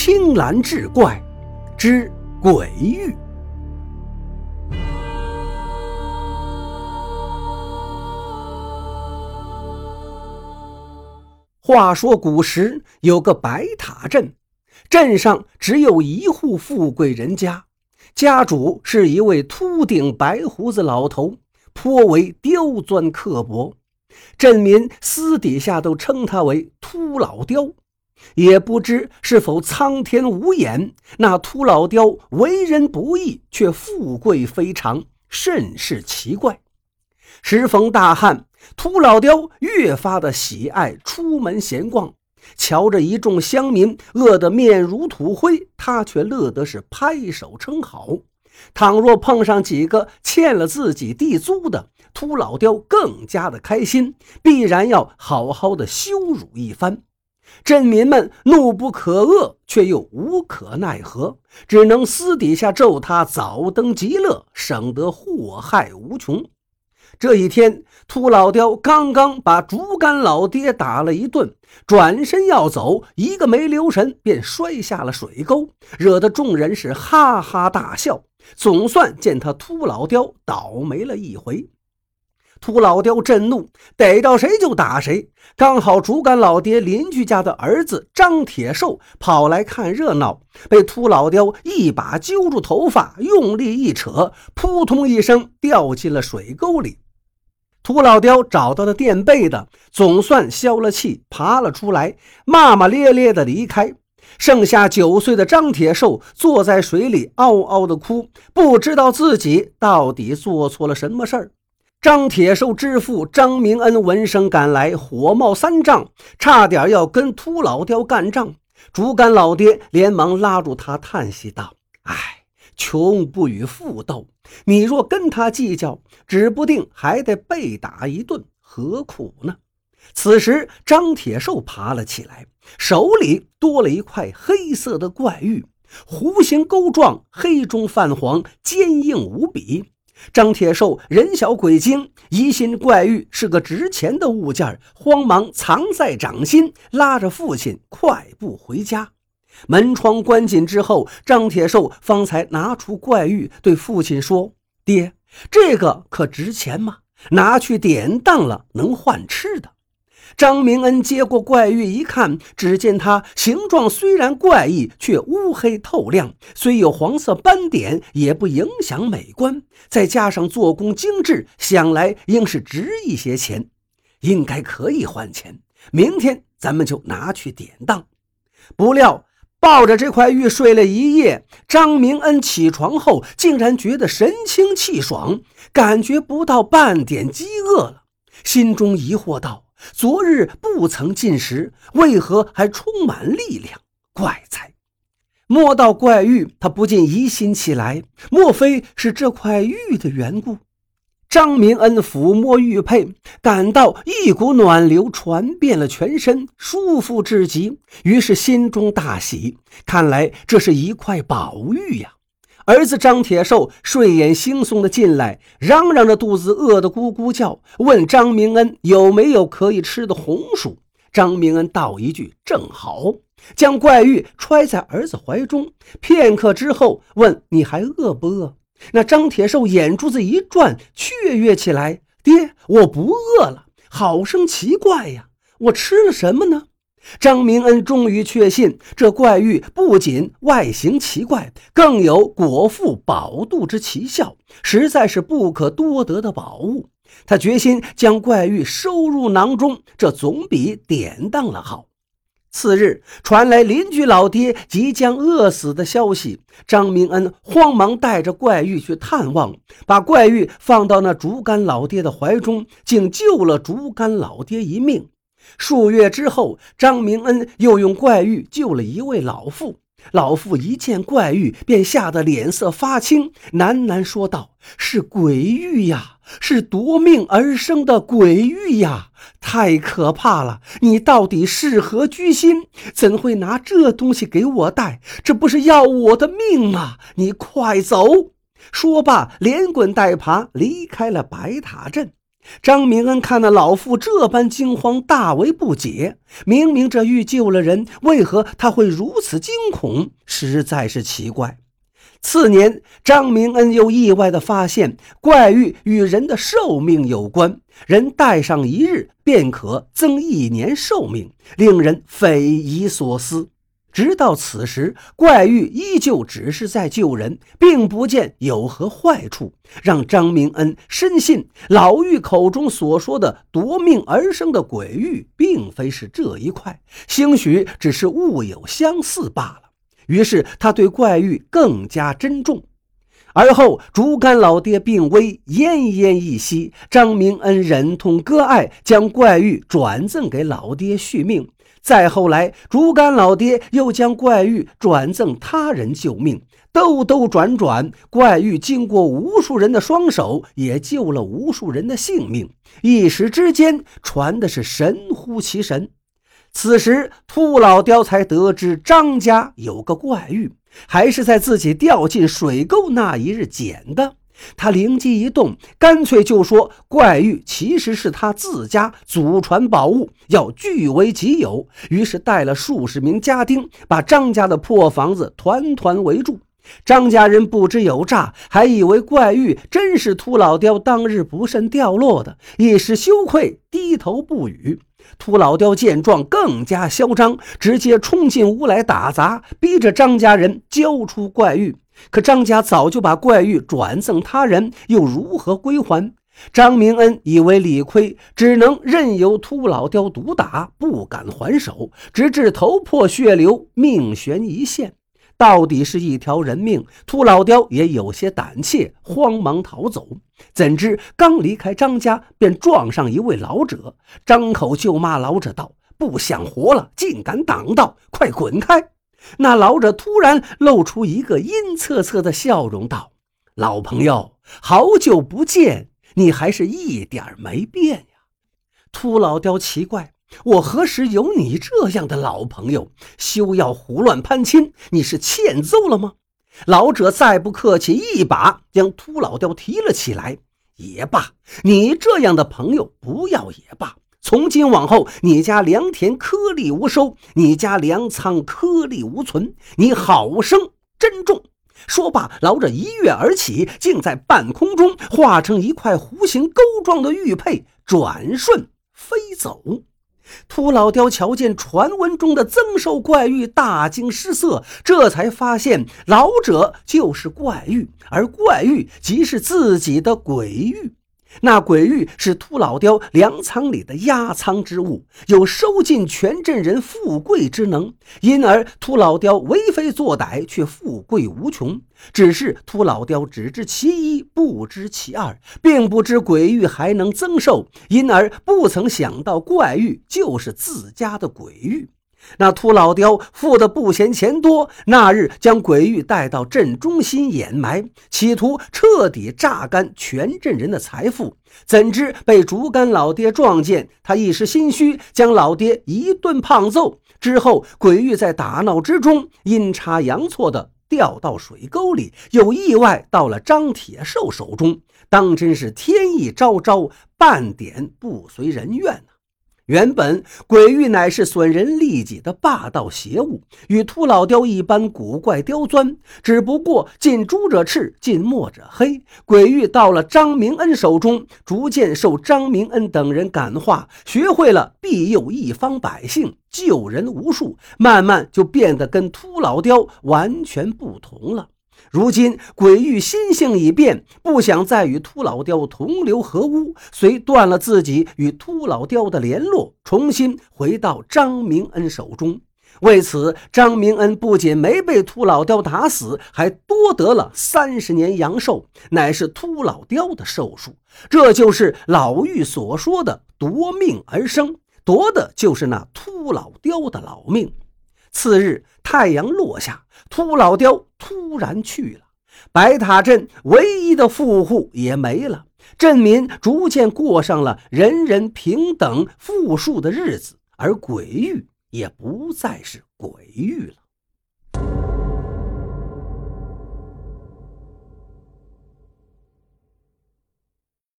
青蓝志怪之鬼域。话说古时有个白塔镇，镇上只有一户富贵人家，家主是一位秃顶白胡子老头，颇为刁钻刻薄，镇民私底下都称他为秃老刁。也不知是否苍天无眼，那秃老刁为人不义，却富贵非常，甚是奇怪。时逢大旱，秃老刁越发的喜爱出门闲逛，瞧着一众乡民饿得面如土灰，他却乐得是拍手称好。倘若碰上几个欠了自己地租的，秃老刁更加的开心，必然要好好的羞辱一番。镇民们怒不可遏，却又无可奈何，只能私底下咒他早登极乐，省得祸害无穷。这一天，秃老刁刚刚把竹竿老爹打了一顿，转身要走，一个没留神便摔下了水沟，惹得众人是哈哈大笑，总算见他秃老刁倒霉了一回。秃老刁震怒，逮着谁就打谁。刚好竹竿老爹邻居家的儿子张铁寿跑来看热闹，被秃老刁一把揪住头发，用力一扯，扑通一声掉进了水沟里。秃老刁找到了垫背的，总算消了气，爬了出来，骂骂咧咧的离开。剩下9岁的张铁寿坐在水里嗷嗷的哭，不知道自己到底做错了什么事儿。张铁寿之父张明恩闻声赶来，火冒三丈，差点要跟秃老刁干仗。竹竿老爹连忙拉住他，叹息道：哎，穷不与富斗，你若跟他计较，指不定还得被打一顿，何苦呢？此时张铁寿爬了起来，手里多了一块黑色的怪玉，弧形钩状，黑中泛黄，坚硬无比。张铁寿人小鬼精，疑心怪玉是个值钱的物件，慌忙藏在掌心，拉着父亲快步回家。门窗关紧之后，张铁寿方才拿出怪玉，对父亲说：爹，这个可值钱吗？拿去典当了能换吃的。张明恩接过怪玉一看，只见它形状虽然怪异，却乌黑透亮，虽有黄色斑点，也不影响美观，再加上做工精致，想来应是值一些钱，应该可以换钱，明天咱们就拿去典当。不料抱着这块玉睡了一夜，张明恩起床后竟然觉得神清气爽，感觉不到半点饥饿了，心中疑惑道：昨日不曾进食，为何还充满力量？怪哉！摸到怪玉，他不禁疑心起来，莫非是这块玉的缘故？张明恩抚摸玉佩，感到一股暖流传遍了全身，舒服至极，于是心中大喜，看来这是一块宝玉呀。儿子张铁寿睡眼惺忪的进来，嚷嚷着肚子饿得咕咕叫，问张明恩有没有可以吃的红薯。张明恩道一句正好，将怪玉揣在儿子怀中，片刻之后问：你还饿不饿？那张铁寿眼珠子一转，雀跃起来：爹，我不饿了，好生奇怪呀，我吃了什么呢？张明恩终于确信，这怪玉不仅外形奇怪，更有果腹饱肚之奇效，实在是不可多得的宝物。他决心将怪玉收入囊中，这总比典当了好。次日传来邻居老爹即将饿死的消息，张明恩慌忙带着怪玉去探望，把怪玉放到那竹竿老爹的怀中，竟救了竹竿老爹一命。数月之后，张明恩又用怪玉救了一位老妇，老妇一见怪玉便吓得脸色发青，喃喃说道：是鬼玉呀，是夺命而生的鬼玉呀，太可怕了，你到底是何居心？怎会拿这东西给我戴？这不是要我的命吗？你快走！说罢连滚带爬离开了白塔镇。 张明恩看那老妇这般惊慌，大为不解。明明这玉救了人，为何他会如此惊恐？实在是奇怪。次年，张明恩又意外地发现，怪玉与人的寿命有关，人戴上一日便可增1年寿命，令人匪夷所思。直到此时，怪玉依旧只是在救人，并不见有何坏处，让张明恩深信老妪口中所说的夺命而生的鬼玉并非是这一块，兴许只是物有相似罢了。于是他对怪玉更加珍重。而后竹竿老爹病危，奄奄一息，张明恩忍痛割爱，将怪玉转赠给老爹续命。再后来，竹竿老爹又将怪玉转赠他人救命，兜兜转转，怪玉经过无数人的双手，也救了无数人的性命，一时之间传的是神乎其神。此时秃老雕才得知张家有个怪玉，还是在自己掉进水沟那一日捡的。他灵机一动，干脆就说怪玉其实是他自家祖传宝物，要据为己有。于是带了数十名家丁，把张家的破房子团团围住。张家人不知有诈，还以为怪玉真是秃老雕当日不慎掉落的，一时羞愧，低头不语。秃老雕见状更加嚣张，直接冲进屋来打砸，逼着张家人交出怪玉。可张家早就把怪玉转赠他人，又如何归还？张明恩以为理亏，只能任由秃老雕毒打，不敢还手，直至头破血流，命悬一线。到底是一条人命，秃老雕也有些胆怯，慌忙逃走。怎知刚离开张家，便撞上一位老者，张口就骂老者道：“不想活了，竟敢挡道，快滚开！”那老者突然露出一个阴恻恻的笑容，道：“老朋友，好久不见，你还是一点没变呀。”秃老雕奇怪：“我何时有你这样的老朋友？休要胡乱攀亲，你是欠揍了吗？”老者再不客气，一把将秃老雕提了起来。“也罢，你这样的朋友不要也罢。从今往后，你家良田颗粒无收，你家粮仓颗粒无存，你好生珍重。”说罢，老者一跃而起，竟在半空中化成一块弧形钩状的玉佩，转瞬飞走。秃老雕瞧见传闻中的增寿怪玉，大惊失色，这才发现老者就是怪玉，而怪玉即是自己的鬼玉。那鬼玉是秃老雕粮仓里的压仓之物，有收尽全镇人富贵之能，因而秃老雕为非作歹，却富贵无穷。只是秃老雕只知其一，不知其二，并不知鬼玉还能增寿，因而不曾想到怪玉就是自家的鬼玉。那秃老雕富得不嫌钱多，那日将鬼玉带到镇中心掩埋，企图彻底榨干全镇人的财富。怎知被竹竿老爹撞见，他一时心虚，将老爹一顿胖揍。之后鬼玉在打闹之中阴差阳错的掉到水沟里，又意外到了张铁寿手中，当真是天意昭昭，半点不随人愿。原本鬼玉乃是损人利己的霸道邪物，与秃老雕一般古怪刁钻，只不过近朱者赤，近墨者黑。鬼玉到了张明恩手中，逐渐受张明恩等人感化，学会了庇佑一方百姓，救人无数，慢慢就变得跟秃老雕完全不同了。如今鬼玉心性已变，不想再与秃老雕同流合污，遂断了自己与秃老雕的联络，重新回到张明恩手中。为此，张明恩不仅没被秃老雕打死，还多得了30年阳寿，乃是秃老雕的寿数。这就是老妪所说的夺命而生，夺的就是那秃老雕的老命。次日太阳落下，秃老雕突然去了，白塔镇唯一的富户也没了，镇民逐渐过上了人人平等富庶的日子，而鬼域也不再是鬼域了。